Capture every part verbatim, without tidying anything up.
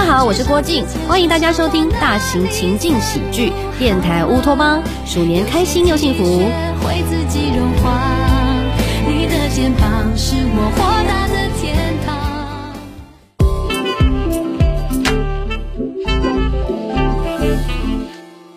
好，我是郭静，欢迎大家收听大型情境喜剧电台乌托邦，鼠年开心又幸福。会自己融化，你的肩膀是我豁达的天堂。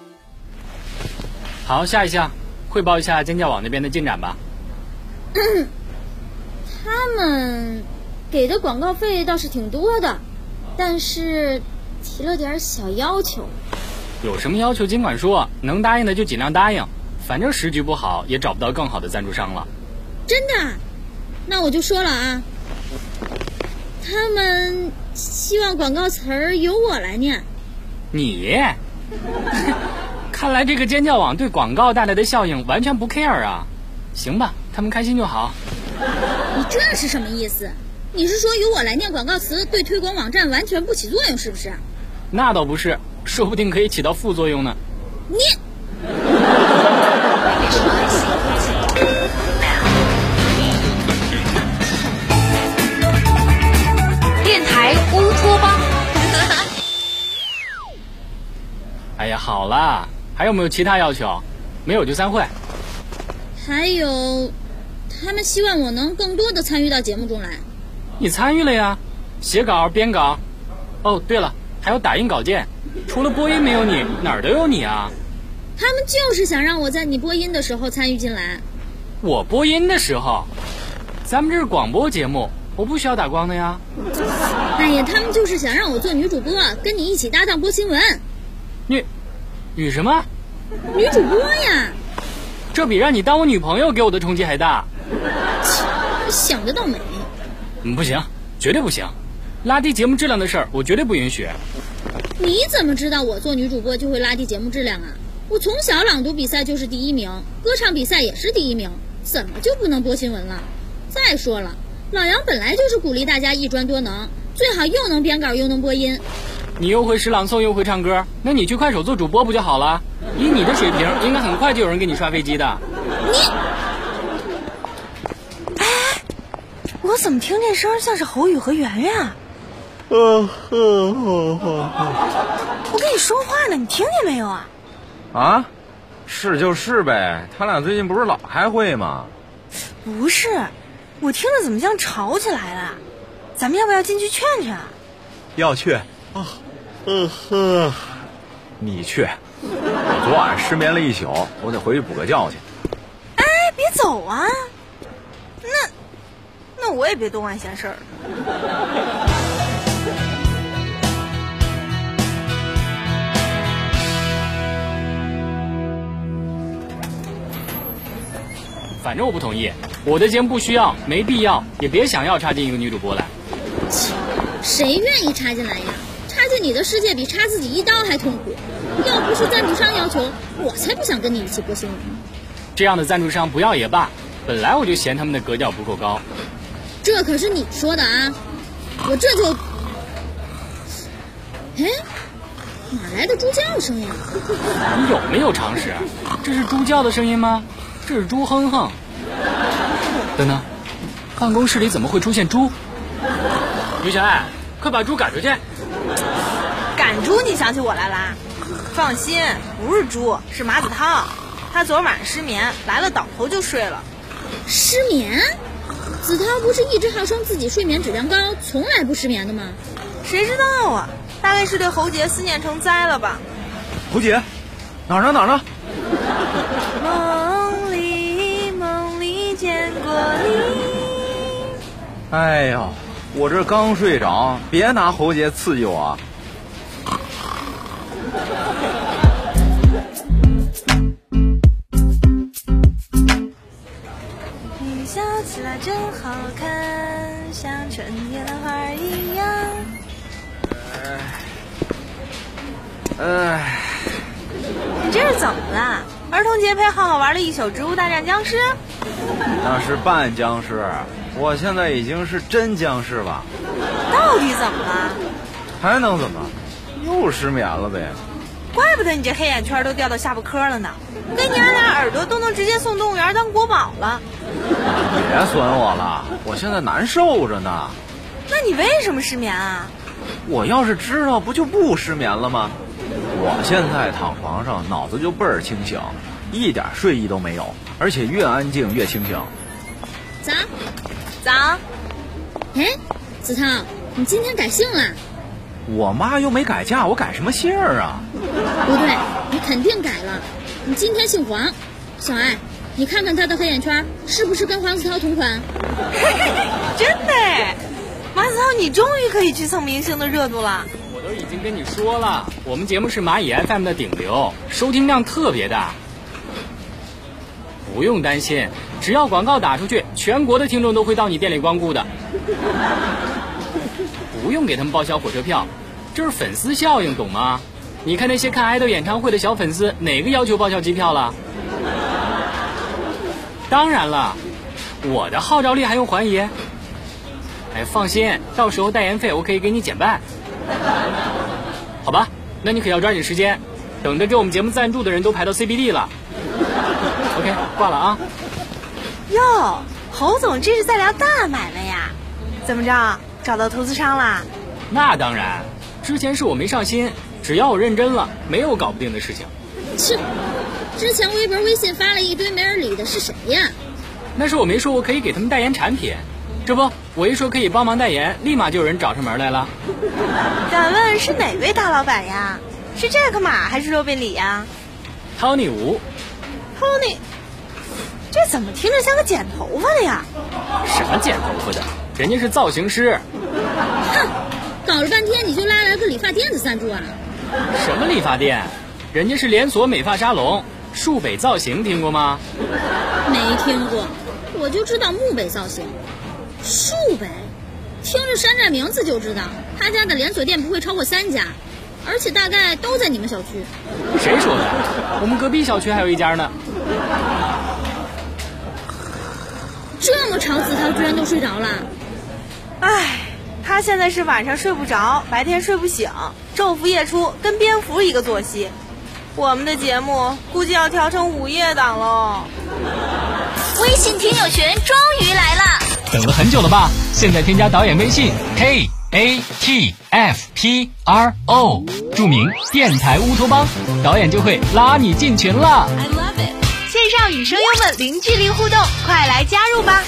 好，下一项，汇报一下尖叫网那边的进展吧。 嗯，他们给的广告费倒是挺多的，但是提了点小要求。 有什么要求尽管说，能答应的就尽量答应，反正时局不好，也找不到更好的赞助商了。 真的？那我就说了啊，他们希望广告词儿由我来念。 你？看来这个尖叫网对广告带来的效应完全不 care 啊。行吧，他们开心就好。 你这是什么意思？你是说由我来念广告词对推广网站完全不起作用是不是？ 那倒不是，说不定可以起到副作用呢。 你电台乌托邦。 哎呀，好啦，还有没有其他要求？没有就散会。 还有，他们希望我能更多的参与到节目中来。 你参与了呀，写稿、编稿。哦，对了，还有打印稿件。除了播音没有你，哪儿都有你啊。 他们就是想让我在你播音的时候参与进来。 我播音的时候？咱们这是广播节目，我不需要打光的呀。 哎呀，他们就是想让我做女主播，跟你一起搭档播新闻。 女女什么？ 女主播呀。 这比让你当我女朋友给我的冲击还大。 想得倒美。 嗯，不行，绝对不行，拉低节目质量的事儿我绝对不允许。 你怎么知道我做女主播就会拉低节目质量啊？我从小朗读比赛就是第一名，歌唱比赛也是第一名，怎么就不能播新闻了？再说了，老杨本来就是鼓励大家一专多能，最好又能编稿又能播音。 你又会诗朗诵又会唱歌，那你去快手做主播不就好了？以你的水平，应该很快就有人给你刷飞机的。 你， 哎，我怎么听这声像是侯宇和圆圆啊？ 呃呃呃呃， 我跟你说话呢，你听见没有啊？ 啊，是就是呗，他俩最近不是老开会吗？ 不是，我听着怎么像吵起来了？咱们要不要进去劝劝啊？ 要去啊，呃呵，你去。我昨晚失眠了一宿，我得回去补个觉去。 哎，别走啊！那那我也别多管闲事儿。 反正我不同意，我的节目不需要，没必要，也别想要插进一个女主播来。 谁愿意插进来呀？插进你的世界比插自己一刀还痛苦。要不是赞助商要求，我才不想跟你一起播新闻。 这样的赞助商不要也罢，本来我就嫌他们的格调不够高。 这可是你说的啊，我这就……哎，哪来的猪叫声呀？ 你有没有常识？这是猪叫的声音吗？这是猪哼哼。等等，办公室里怎么会出现猪？于小爱，快把猪赶出去！ 赶猪你想起我来啦？放心，不是猪，是马子涛。他昨晚上失眠，来了倒头就睡了。 失眠？子涛不是一直号称自己睡眠质量高，从来不失眠的吗？ 谁知道啊？大概是对侯杰思念成灾了吧。 侯杰，哪儿呢哪儿呢？ 梦里梦里见过你。 哎呦，我这刚睡着，别拿侯杰刺激我。 你笑起来真好看，像春天的花一样。 哎， 你这是怎么了？儿童节陪浩浩玩了一宿《植物大战僵尸》。 那是半僵尸，我现在已经是真僵尸了。 到底怎么了？ 还能怎么？又失眠了呗。 怪不得你这黑眼圈都掉到下巴颏了呢，跟娘俩耳朵都能直接送动物园当国宝了。 别损我了，我现在难受着呢。 那你为什么失眠啊？ 我要是知道，不就不失眠了吗？我现在躺床上，脑子就倍儿清醒，一点睡意都没有，而且越安静越清醒。 早， 早。 哎，子韬，你今天改姓了？ 我妈又没改嫁，我改什么姓儿啊？ 不对，你肯定改了。你今天姓黄。小爱，你看看他的黑眼圈，是不是跟黄子韬同款？ 真的哎，马子韬，你终于可以去蹭明星的热度了。 我都已经跟你说了，我们节目是蚂蚁 F M 的顶流，收听量特别大。不用担心，只要广告打出去，全国的听众都会到你店里光顾的。不用给他们报销火车票，这是粉丝效应，懂吗？你看那些看爱豆演唱会的小粉丝，哪个要求报销机票了？当然了，我的号召力还用怀疑？哎，放心，到时候代言费我可以给你减半。好吧，那你可要抓紧时间，等着给我们节目赞助的人都排到 C B D 了。OK， 挂了啊。 哟，侯总这是在聊大买卖呀？怎么着，找到投资商啦？ 那当然，之前是我没上心，只要我认真了，没有搞不定的事情。 切，之前微博微信发了一堆没人理的，是谁呀？ 那是我没说我可以给他们代言产品，这不，我一说可以帮忙代言，立马就有人找上门来了。 敢问是哪位大老板呀？是杰克马还是若宾里呀？ Tony 吴 Tony， 这怎么听着像个剪头发的呀？ 什么剪头发的？人家是造型师。 哼，搞了半天你就拉来个理发店的赞助啊？ 什么理发店？人家是连锁美发沙龙，树北造型听过吗？ 没听过，我就知道木北造型。树北，听着山寨名字就知道，他家的连锁店不会超过三家，而且大概都在你们小区。 谁说的？我们隔壁小区还有一家呢。 这么吵，子韬居然都睡着了。 唉，他现在是晚上睡不着，白天睡不醒，昼伏夜出，跟蝙蝠一个作息。我们的节目估计要调成午夜档喽。 微信听友群终于来了， 等了很久了吧？现在添加导演微信 K A T F P R O， 注明电台乌托邦，导演就会拉你进群了。 I love it。 线上与声优们零距离互动，快来加入吧！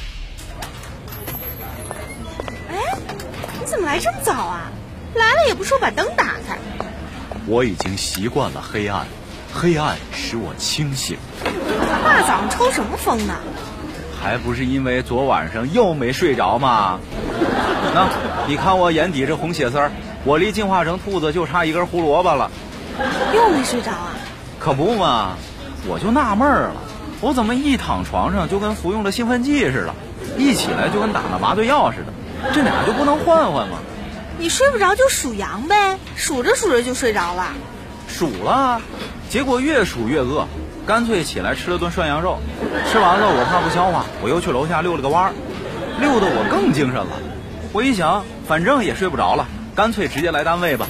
哎，你怎么来这么早啊？来了也不说把灯打开。 我已经习惯了黑暗，黑暗使我清醒。 大早上抽什么风呢？ 还不是因为昨晚上又没睡着吗？那你看我眼底这红血丝儿，我离进化成兔子就差一根胡萝卜了。 又没睡着啊？ 可不嘛，我就纳闷了，我怎么一躺床上就跟服用了兴奋剂似的，一起来就跟打了麻醉药似的，这俩就不能换换吗？ 你睡不着就数羊呗，数着数着就睡着了。 数了，结果越数越饿，干脆起来吃了顿涮羊肉。吃完了我怕不消化，我又去楼下溜了个弯儿，溜得我更精神了。我一想，反正也睡不着了，干脆直接来单位吧。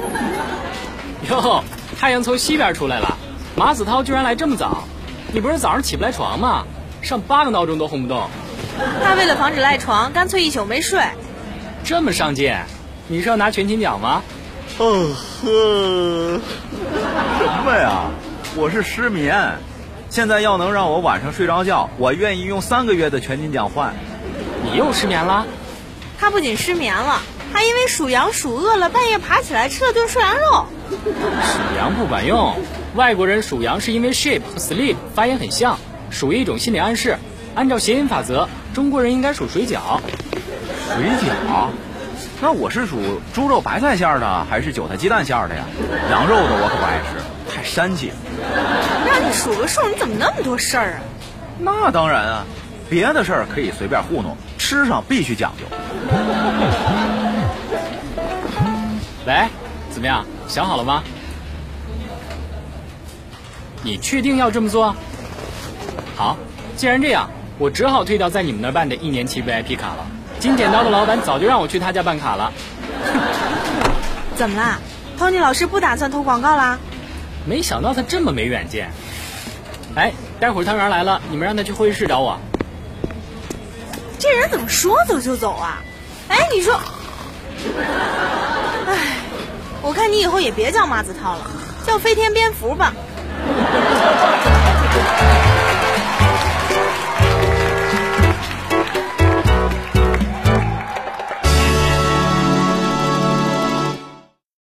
哟，太阳从西边出来了，马子韬居然来这么早。你不是早上起不来床吗？上八个闹钟都轰不动。 他为了防止赖床，干脆一宿没睡。 这么上进，你是要拿全勤奖吗？ 哦呵，什么呀？我是失眠。现在要能让我晚上睡着觉，我愿意用三个月的全勤奖换。 你又失眠了？ 他不仅失眠了，还因为数羊数饿了，半夜爬起来吃了顿涮羊肉。 数羊不管用，外国人数羊是因为 sheep 和 sleep 发音很像，属于一种心理暗示。按照谐音法则，中国人应该数水饺。 水饺？那我是属猪肉白菜馅儿的，还是韭菜鸡蛋馅儿的呀？羊肉的我可不爱吃，太膻气。 让你数个数，你怎么那么多事儿啊？ 那当然啊，别的事儿可以随便糊弄，吃上必须讲究。 喂，怎么样？想好了吗？你确定要这么做？好，既然这样，我只好退掉在你们那儿办的一年期 V I P 卡了。金剪刀的老板早就让我去他家办卡了。 怎么啦 ？Tony 老师不打算投广告啦？ 没想到他这么没远见。哎，待会儿汤圆来了，你们让他去会议室找我。 这人怎么说走就走啊？哎，你说， 唉，我看你以后也别叫马子涛了，叫飞天蝙蝠吧。